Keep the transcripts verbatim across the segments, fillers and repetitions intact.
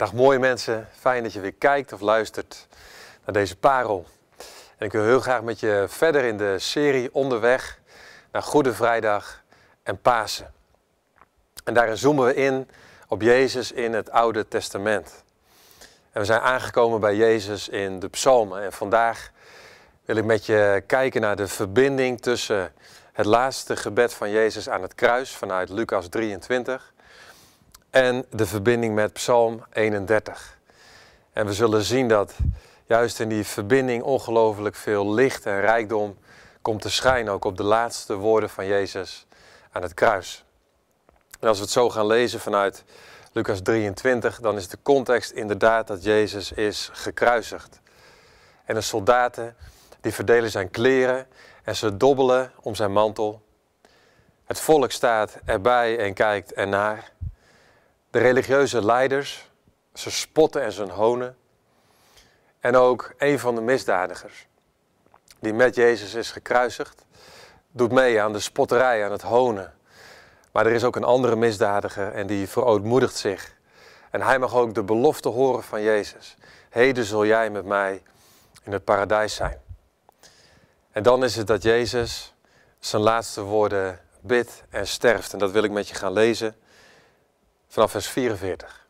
Dag mooie mensen, fijn dat je weer kijkt of luistert naar deze parel. En ik wil heel graag met je verder in de serie onderweg naar Goede Vrijdag en Pasen. En daarin zoomen we in op Jezus in het Oude Testament. En we zijn aangekomen bij Jezus in de Psalmen. En vandaag wil ik met je kijken naar de verbinding tussen het laatste gebed van Jezus aan het kruis vanuit Lucas drieëntwintig en de verbinding met Psalm eenendertig. En we zullen zien dat juist in die verbinding ongelooflijk veel licht en rijkdom komt te schijnen, ook op de laatste woorden van Jezus aan het kruis. En als we het zo gaan lezen vanuit Lucas drieëntwintig, dan is de context inderdaad dat Jezus is gekruisigd. En de soldaten die verdelen zijn kleren en ze dobbelen om zijn mantel. Het volk staat erbij en kijkt ernaar. De religieuze leiders, ze spotten en ze honen. En ook een van de misdadigers, die met Jezus is gekruisigd, doet mee aan de spotterij, aan het honen. Maar er is ook een andere misdadiger en die verootmoedigt zich. En hij mag ook de belofte horen van Jezus. Heden zul jij met mij in het paradijs zijn. En dan is het dat Jezus zijn laatste woorden bidt en sterft. En dat wil ik met je gaan lezen vanaf vers vierenveertig.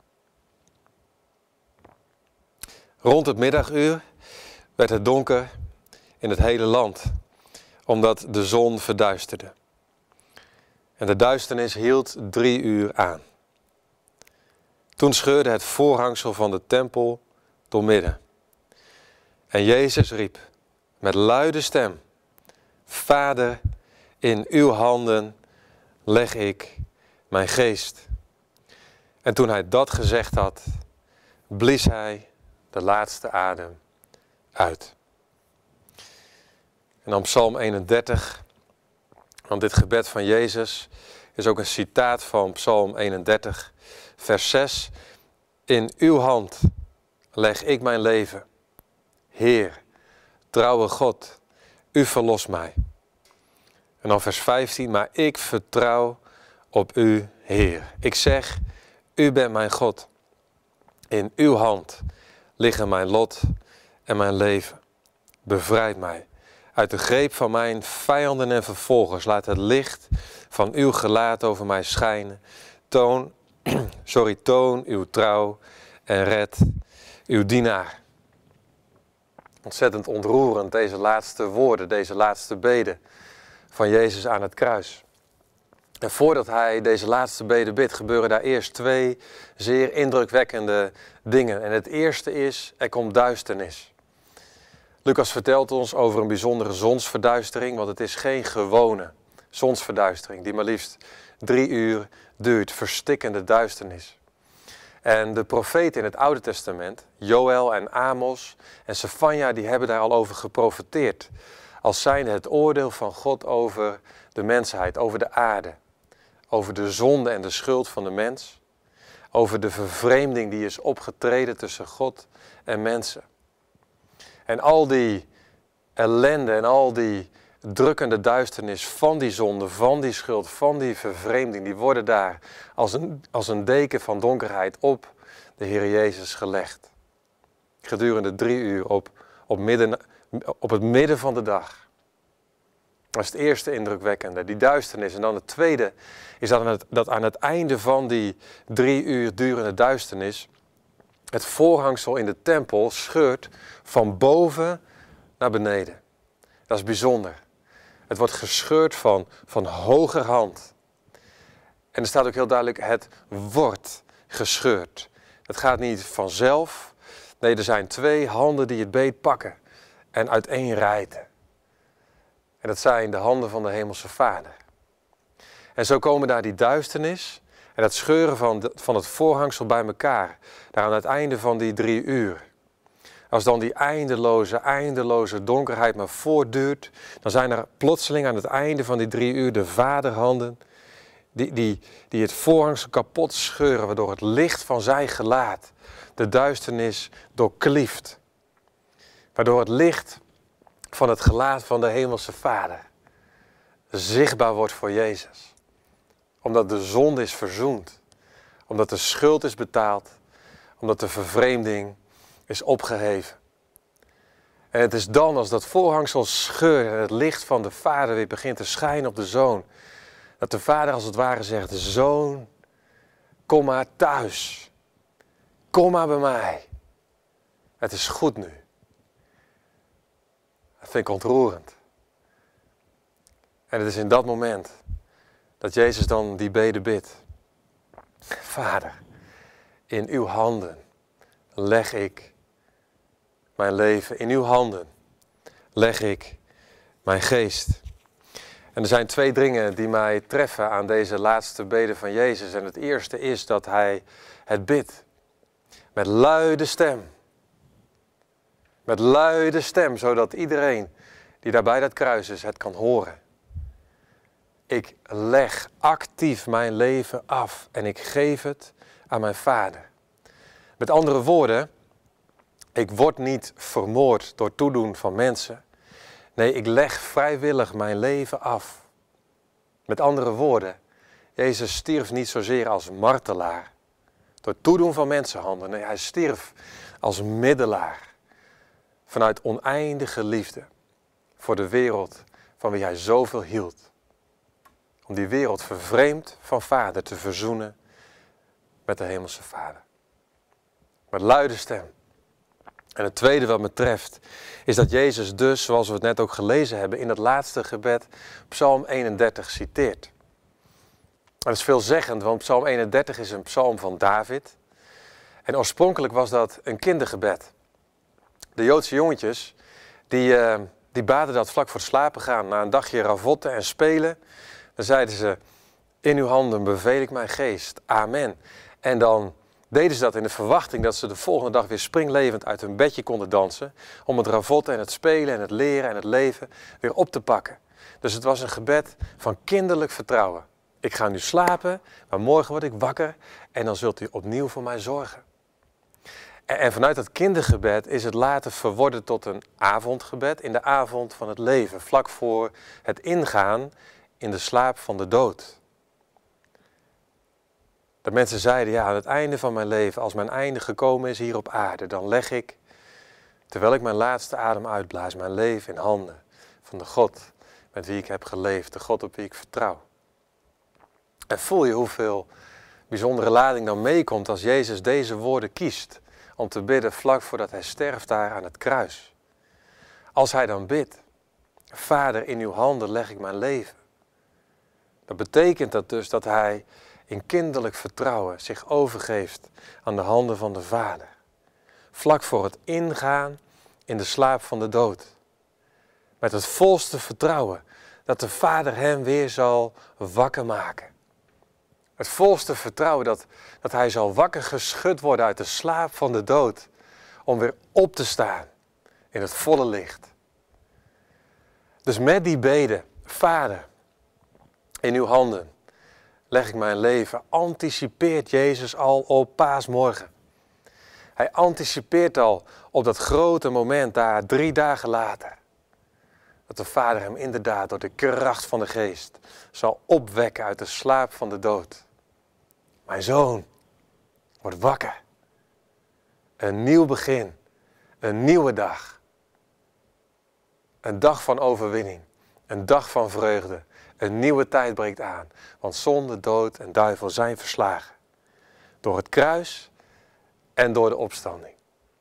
Rond het middaguur werd het donker in het hele land, omdat de zon verduisterde. En de duisternis hield drie uur aan. Toen scheurde het voorhangsel van de tempel doormidden. En Jezus riep met luide stem: Vader, in uw handen leg ik mijn geest. En toen hij dat gezegd had, blies hij de laatste adem uit. En dan Psalm eenendertig, want dit gebed van Jezus is ook een citaat van Psalm eenendertig, vers zes. In uw hand leg ik mijn leven. Heer, trouwe God, u verlost mij. En dan vers vijftien, maar ik vertrouw op u, Heer. Ik zeg, u bent mijn God. In uw hand liggen mijn lot en mijn leven. Bevrijd mij uit de greep van mijn vijanden en vervolgers. Laat het licht van uw gelaat over mij schijnen. Toon, sorry, toon uw trouw en red uw dienaar. Ontzettend ontroerend deze laatste woorden, deze laatste bede van Jezus aan het kruis. En voordat hij deze laatste bede bidt, gebeuren daar eerst twee zeer indrukwekkende dingen. En het eerste is, er komt duisternis. Lucas vertelt ons over een bijzondere zonsverduistering, want het is geen gewone zonsverduistering, die maar liefst drie uur duurt, verstikkende duisternis. En de profeten in het Oude Testament, Joël en Amos en Sefanja, die hebben daar al over geprofeteerd. Als zijnde het oordeel van God over de mensheid, over de aarde. Over de zonde en de schuld van de mens. Over de vervreemding die is opgetreden tussen God en mensen. En al die ellende en al die drukkende duisternis van die zonde, van die schuld, van die vervreemding, die worden daar als een, als een deken van donkerheid op de Heer Jezus gelegd. Gedurende drie uur op, op, midden, op het midden van de dag. Dat is het eerste indrukwekkende, die duisternis. En dan het tweede is dat aan het, dat aan het einde van die drie uur durende duisternis het voorhangsel in de tempel scheurt van boven naar beneden. Dat is bijzonder. Het wordt gescheurd van, van hogerhand. En er staat ook heel duidelijk, het wordt gescheurd. Het gaat niet vanzelf. Nee, er zijn twee handen die het beet pakken en uiteenrijten. En dat zijn de handen van de Hemelse Vader. En zo komen daar die duisternis en het scheuren van, de, van het voorhangsel bij elkaar. Daar aan het einde van die drie uur. Als dan die eindeloze, eindeloze donkerheid maar voortduurt, dan zijn er plotseling aan het einde van die drie uur de vaderhanden die, die, die het voorhangsel kapot scheuren, waardoor het licht van zijn gelaat de duisternis doorklieft. Waardoor het licht van het gelaat van de Hemelse Vader zichtbaar wordt voor Jezus. Omdat de zonde is verzoend. Omdat de schuld is betaald. Omdat de vervreemding is opgeheven. En het is dan als dat voorhangsel scheurt en het licht van de Vader weer begint te schijnen op de Zoon. Dat de Vader als het ware zegt, Zoon, kom maar thuis. Kom maar bij mij. Het is goed nu. Dat vind ik ontroerend. En het is in dat moment dat Jezus dan die bede bidt. Vader, in uw handen leg ik mijn leven. In uw handen leg ik mijn geest. En er zijn twee dingen die mij treffen aan deze laatste bede van Jezus. En het eerste is dat hij het bidt. Met luide stem. Met luide stem, zodat iedereen die daar bij dat kruis is het kan horen. Ik leg actief mijn leven af en ik geef het aan mijn Vader. Met andere woorden, ik word niet vermoord door toedoen van mensen. Nee, ik leg vrijwillig mijn leven af. Met andere woorden, Jezus stierf niet zozeer als martelaar. Door toedoen van mensenhanden. Nee, hij stierf als middelaar. Vanuit oneindige liefde. Voor de wereld van wie hij zoveel hield. Om die wereld vervreemd van Vader te verzoenen met de Hemelse Vader. Met luide stem. En het tweede wat me treft is dat Jezus dus, zoals we het net ook gelezen hebben, in het laatste gebed Psalm eenendertig citeert. Dat is veelzeggend, want Psalm eenendertig is een psalm van David. En oorspronkelijk was dat een kindergebed. De Joodse jongetjes, die, uh, die baden dat vlak voor het slapen gaan. Na een dagje ravotten en spelen, dan zeiden ze, in uw handen beveel ik mijn geest. Amen. En dan deden ze dat in de verwachting dat ze de volgende dag weer springlevend uit hun bedje konden dansen. Om het ravotten en het spelen en het leren en het leven weer op te pakken. Dus het was een gebed van kinderlijk vertrouwen. Ik ga nu slapen, maar morgen word ik wakker en dan zult u opnieuw voor mij zorgen. En, en vanuit dat kindergebed is het later verworden tot een avondgebed in de avond van het leven. Vlak voor het ingaan in de slaap van de dood. Dat mensen zeiden, ja, aan het einde van mijn leven, als mijn einde gekomen is hier op aarde, dan leg ik, terwijl ik mijn laatste adem uitblaas, mijn leven in handen van de God met wie ik heb geleefd, de God op wie ik vertrouw. En voel je hoeveel bijzondere lading dan meekomt als Jezus deze woorden kiest om te bidden vlak voordat hij sterft daar aan het kruis. Als hij dan bidt, Vader, in uw handen leg ik mijn leven. Dan betekent dat dus dat hij in kinderlijk vertrouwen zich overgeeft aan de handen van de Vader. Vlak voor het ingaan in de slaap van de dood. Met het volste vertrouwen dat de Vader hem weer zal wakker maken. Het volste vertrouwen dat, dat hij zal wakker geschud worden uit de slaap van de dood. Om weer op te staan in het volle licht. Dus met die bede, Vader, in uw handen leg ik mijn leven, anticipeert Jezus al op paasmorgen. Hij anticipeert al op dat grote moment daar, drie dagen later. Dat de Vader hem inderdaad door de kracht van de geest zal opwekken uit de slaap van de dood. Mijn zoon, word wakker. Een nieuw begin, een nieuwe dag. Een dag van overwinning, een dag van vreugde. Een nieuwe tijd breekt aan, want zonde, dood en duivel zijn verslagen. Door het kruis en door de opstanding.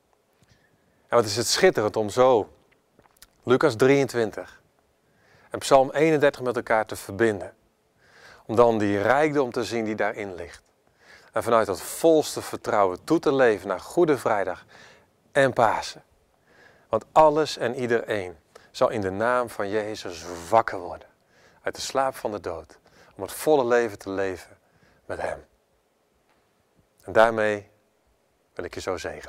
En wat is het schitterend om zo Lucas drieëntwintig en Psalm eenendertig met elkaar te verbinden. Om dan die rijkdom te zien die daarin ligt. En vanuit dat volste vertrouwen toe te leven naar Goede Vrijdag en Pasen. Want alles en iedereen zal in de naam van Jezus wakker worden. Uit de slaap van de dood. Om het volle leven te leven met hem. En daarmee wil ik je zo zegenen.